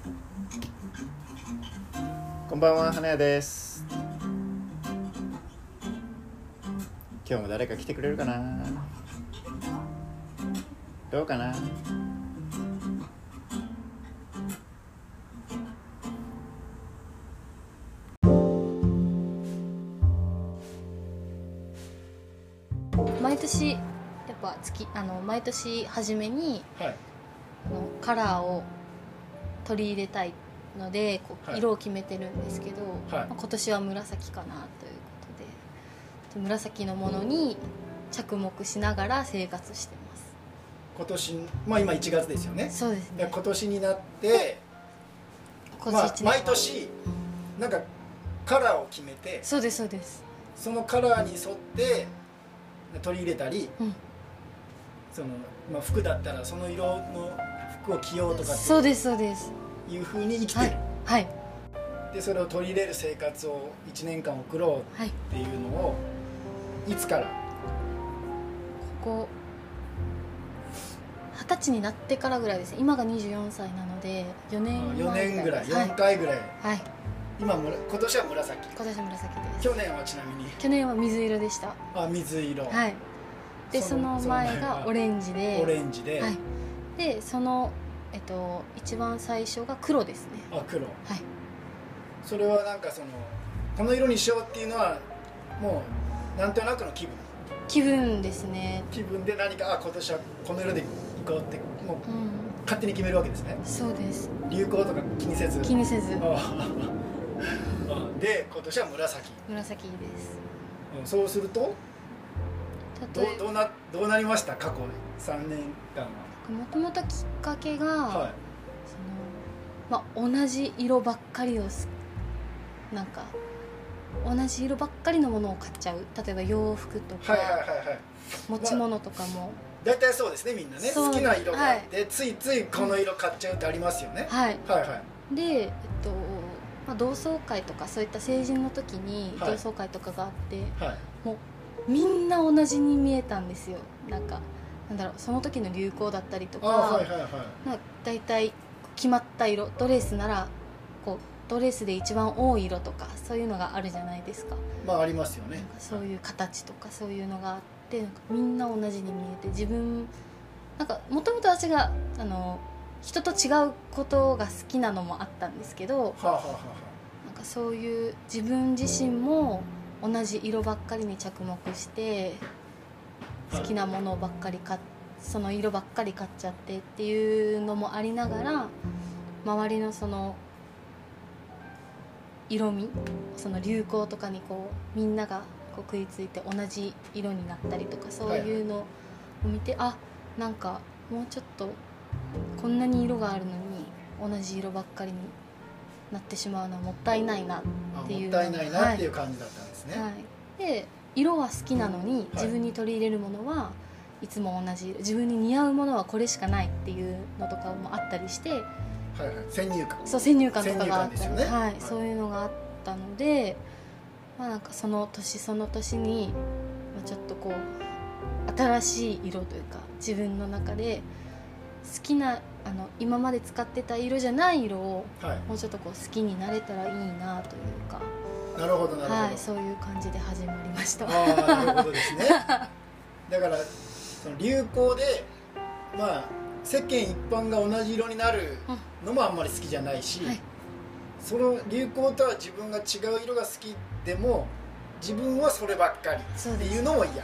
こんばんは、花屋です。今日も誰か来てくれるかな。どうかな。 毎年やっぱ毎年初めに、カラーを取り入れたいので色を決めてるんですけど、今年は紫かなということで、紫のものに着目しながら生活してます。 今年、今1月ですよね。 そうですね。 今年になって毎年なんかカラーを決めて、 そうですそうです。 そのカラーに沿って取り入れたり、服だったらその色の服を着ようとかってそうですそうですいう風に生きてる。 はい。 でそれを取り入れる生活を1年間送ろうっていうのを、いつから？ ここ20歳になってからぐらいですね。今が24歳なので4年ぐらい、 4回ぐらい。 はい。 今年は紫。 今年は紫です。 去年はちなみに？ 去年は水色でした。 水色。 はい。でその前がオレンジで。はい。でその一番最初が黒ですね。 黒。 はい。 それはなんかこの色にしようっていうのはもうなんとなくの気分ですね。 気分で何か今年はこの色でいこうってもう、勝手に決めるわけですね。 そうです。 流行とか気にせず。で今年は紫です。 そうするとどうなりました？過去3年間は。 もともときっかけが、同じ色ばっかりをなんか同じ色ばっかりのものを買っちゃう。例えば洋服とか持ち物とかも大体そうですね。みんなね、好きな色があって、ついついこの色買っちゃうってありますよね。 で同窓会とかそういった成人の時に同窓会とかがあって、もうみんな同じに見えたんですよ。その時の流行だったりとか、だいたい決まった色、ドレスならドレスで一番多い色とかそういうのがあるじゃないですか。 ありますよね。 そういう形とかそういうのがあって、みんな同じに見えて、自分もともと私が人と違うことが好きなのもあったんですけど、そういう自分自身も同じ色ばっかりに着目して好きなものばっかりその色ばっかり買っちゃってっていうのもありながら、周りの色味、流行とかにみんなが食いついて同じ色になったりとか、そういうのを見て、なんかもうちょっとこんなに色があるのに同じ色ばっかりになってしまうのはもったいないなっていう。 もったいないなっていう感じだったんですね。 で色は好きなのに自分に取り入れるものはいつも同じ色、自分に似合うものはこれしかないっていうのとかもあったりして、 先入観とかがあったり、そういうのがあったので、その年にちょっと新しい色というか、自分の中で好きな今まで使ってた色じゃない色をもうちょっと好きになれたらいいなというか。 なるほどなるほど。 そういう感じで始まりました。 なるほどですね。だから流行で世間一般が同じ色になるのもあんまり好きじゃないし、その流行とは自分が違う色が好きでも自分はそればっかりっていうのも嫌。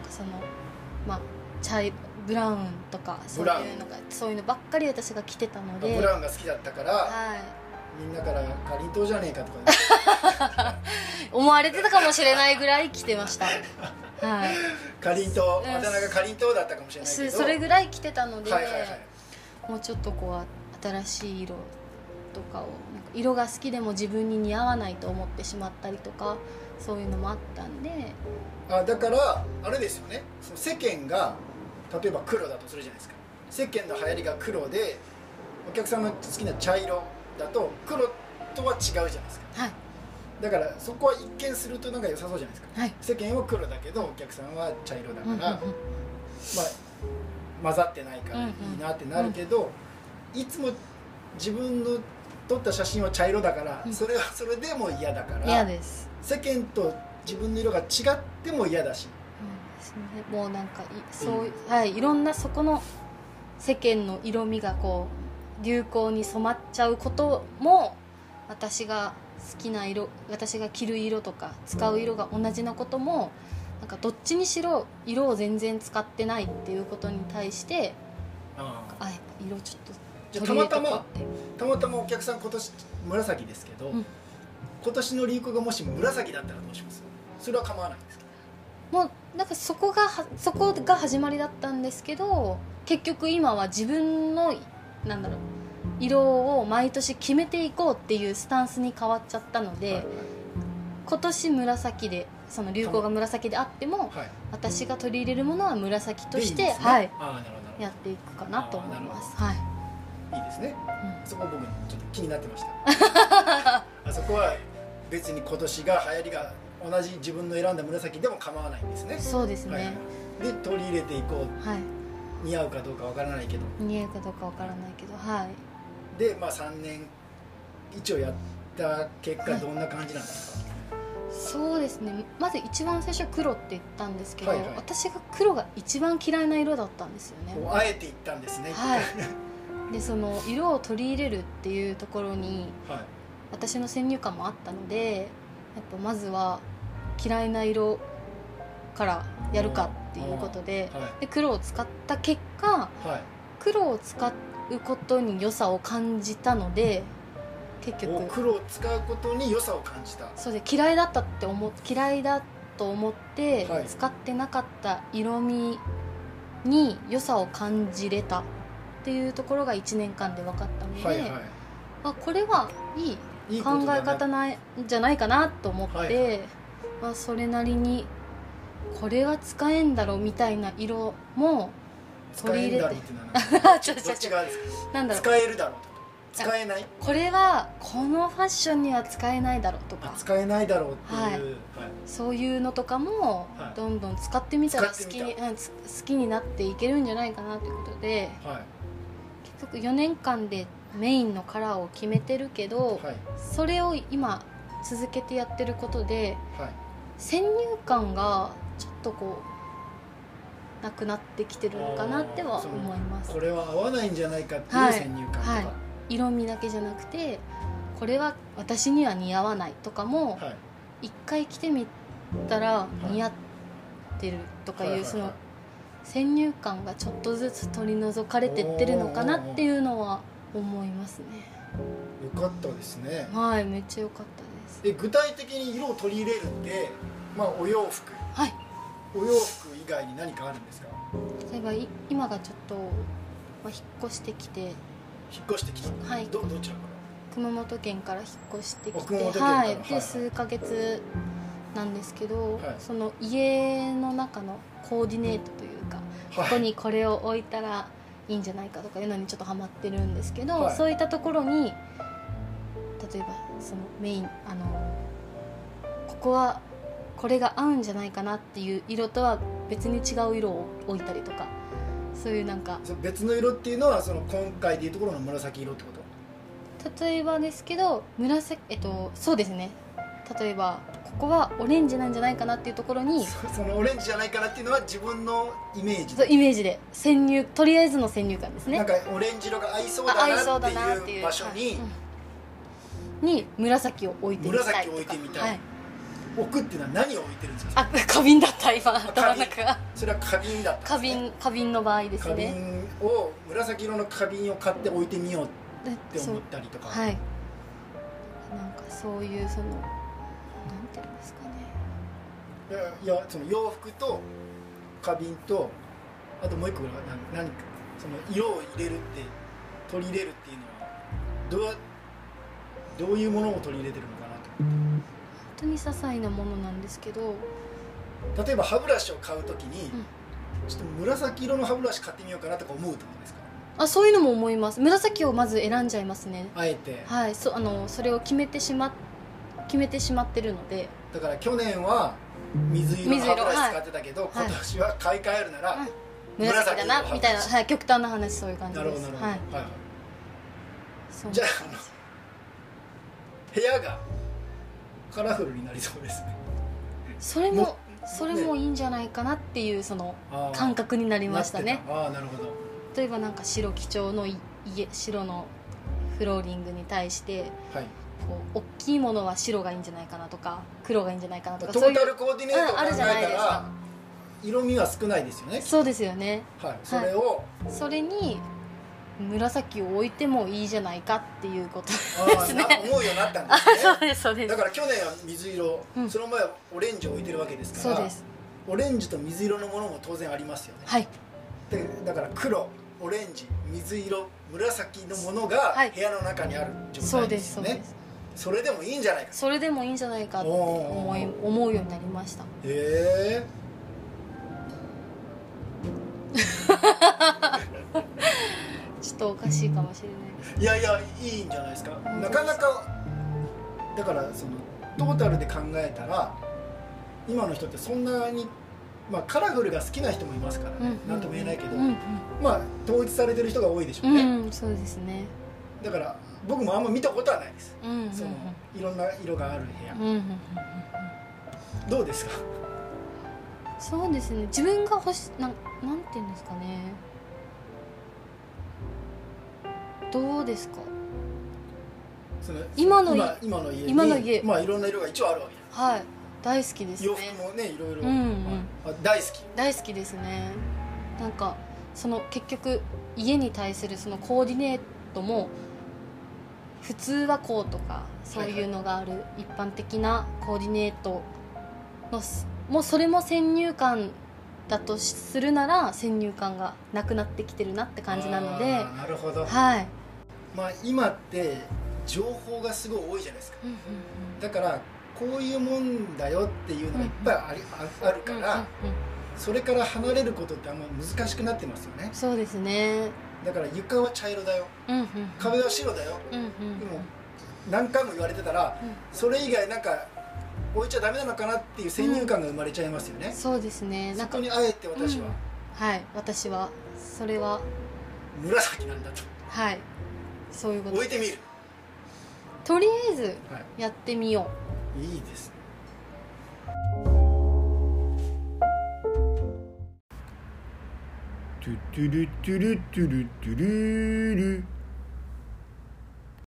ブラウンとかそういうのばっかり私が着てたので、 ブラウンが好きだったから、みんなからかりんとうじゃねえかとか思われてたかもしれないぐらい着てました。 かりんとう、あだ名がかりんとうだったかもしれないけど、 それぐらい着てたので、もうちょっと新しい色とかを色が好きでも自分に似合わないと思ってしまったりとか、そういうのもあったんで。 だからあれですよね、世間が例えば黒だとするじゃないですか。世間の流行りが黒で、お客さんの好きな茶色だと黒とは違うじゃないですか。だからそこは一見すると良さそうじゃないですか。世間は黒だけどお客さんは茶色だから、混ざってないからいいなってなるけど、いつも自分の撮った写真は茶色だから、 うんそれはそれでも嫌だから嫌です。 世間と自分の色が違っても嫌だし、 ですね、もうなんかそう、はい、いろんなそこの世間の色味がこう流行に染まっちゃうことも、私が好きな色、私が着る色とか使う色が同じなことも、なんかどっちにしろ色を全然使ってないっていうことに対して、色ちょっとじゃあたまたまお客さん今年紫ですけど、 うん、 今年の流行がもし紫だったらどうします？それは構わないんですか？ もうなんかそこが始まりだったんですけど、結局今は自分のなんだろう、色を毎年決めていこうっていうスタンスに変わっちゃったので、今年紫でその流行が紫であっても、私が取り入れるものは紫として、やっていくかなと思います。 いいですね、そこ僕ちょっと気になってましたあそこは別に今年が流行りが同じ自分の選んだ紫でも構わないんですね。 そうですね、 で取り入れていこう、似合うかどうかわからないけど、 似合うかどうかわからないけど、 で3年一応やった結果どんな感じなんですか？ そうですね、まず一番最初黒って言ったんですけど、私が黒が一番嫌いな色だったんですよね。 あえて言ったんですね。 でその色を取り入れるっていうところに、私の先入観もあったので、やっぱまずは嫌いな色からやるかっていうことで、で黒を使った結果、黒を使うことに良さを感じたので、結局黒を使うことに良さを感じた。 そうで、嫌いだと思って使ってなかった色味に良さを感じれたっていうところが1年間で分かったので、これはいい考え方なんじゃないかなと思って、それなりにこれが使えんだろうみたいな色も取り入れて、 どっち側ですか？ なんだろう、 使えるだろうとか使えない、 これはこのファッションには使えないだろうとか、 使えないだろうっていう、 そういうのとかもどんどん使ってみたら好きになっていけるんじゃないかなということで、結局4年間でメインのカラーを決めてるけど、それを今続けてやってることで、先入観がちょっとこうなくなってきてるのかなっては思います。 これは合わないんじゃないかっていう先入観とか、 色味だけじゃなくて、これは私には似合わないとかも、一回着てみたら似合ってるとかいう、その先入観がちょっとずつ取り除かれてってるのかなっていうのは思いますね。 よかったですね。 めっちゃ良かったです。 具体的に色を取り入れるって、お洋服、お洋服以外に何かあるんですか？ 例えば今がちょっと、引っ越してきて、どちらから？熊本県から引っ越してきて、で数ヶ月なんですけど、その家の中のコーディネートというか、ここにこれを置いたらいいんじゃないかとかいうのにちょっとハマってるんですけど、そういったところに例えばそのメインここはこれが合うんじゃないかなっていう色とは別に違う色を置いたりとか、そういうなんか別の色っていうのはその今回でいうところの紫色ってこと？ 例えばですけどそうですね、例えばここはオレンジなんじゃないかなっていうところに、 そのオレンジじゃないかなっていうのは自分のイメージでとりあえずの先入観ですね。 なんかオレンジ色が合いそうだなっていう場所に紫を置いてみたいとか、 紫を置いてみたい、置くっていうのは何を置いてるんですか？ 花瓶だった今頭の中が。 それは花瓶だったんですね。 花瓶の場合ですね。 花瓶を紫色の花瓶を買って置いてみようって思ったりとか、 なんかそういうそのなんていうんですかね。 いやその洋服と花瓶と、あともう一個何かその色を入れるって取り入れるっていうのはどういうものを取り入れてるのかなと。 本当に些細なものなんですけど、 例えば歯ブラシを買うときに、ちょっと紫色の歯ブラシ買ってみようかなとか思うと思うんですか？ そういうのも思います。紫をまず選んじゃいますね、 あえて。 それを決めてしまってるので。 だから去年は水色の歯ブラシ使ってたけど、今年は買い替えるなら、 紫だなみたいな、はい、極端な話そういう感じです。 なるほどなるほど、はいはい、じゃあ部屋がカラフルになりそうですね。 それもいいんじゃないかなっていうその感覚になりましたね。 なるほど。 例えばなんか白基調の白のフローリングに対して、 はい、 こう大きいものは白がいいんじゃないかなとか黒がいいんじゃないかなとか、 トータルコーディネートを考あるじゃないえたですから色味は少ないですよね。 そうですよね。 はい、それに紫を置いてもいいじゃないかっていうことですね。 思うようになったんですね。 そうですそうです。 だから去年は水色、その前はオレンジを置いてるわけですから。 そうです。 オレンジと水色のものも当然ありますよね。 はい。 でだから黒、オレンジ、水色、紫のものが部屋の中にある状態ですよね。そうです。それでもいいんじゃないか。 それでもいいんじゃないかって思うようになりました。 へえ。 ちょっとおかしいかもしれないです。 いやいや、いいんじゃないですか。なかなかだからそのトータルで考えたら今の人ってそんなに、カラフルが好きな人もいますからね、なんとも言えないけど、統一されてる人が多いでしょうね。 そうですね。 だから僕もあんま見たことはないです、そのいろんな色がある部屋。どうですか？ そうですね、自分がなんていうんですかね、どうですか？ その今の家にいろんな色が一応あるわけです。 はい、大好きですね。 洋服もね、いろいろ大好きですね。なんかその結局家に対するそのコーディネートも普通はこうとかそういうのがある一般的なコーディネートのもうそれも先入観だとするなら先入観がなくなってきてるなって感じなので。 なるほど。 はい。 今って情報がすごい多いじゃないですか。だからこういうもんだよっていうのがいっぱいあるから、それから離れることってあんま難しくなってますよね。 そうですね。 だから床は茶色だよ、壁は白だよ、でも何回も言われてたら、それ以外なんか置いちゃダメなのかなっていう先入観が生まれちゃいますよね。 そうですね。 そこにあえて私はそれは紫なんだと、 はい、そういうこと置いてみる。 とりあえずやってみよう。いいですね。トゥトゥルトゥルトゥルトゥルル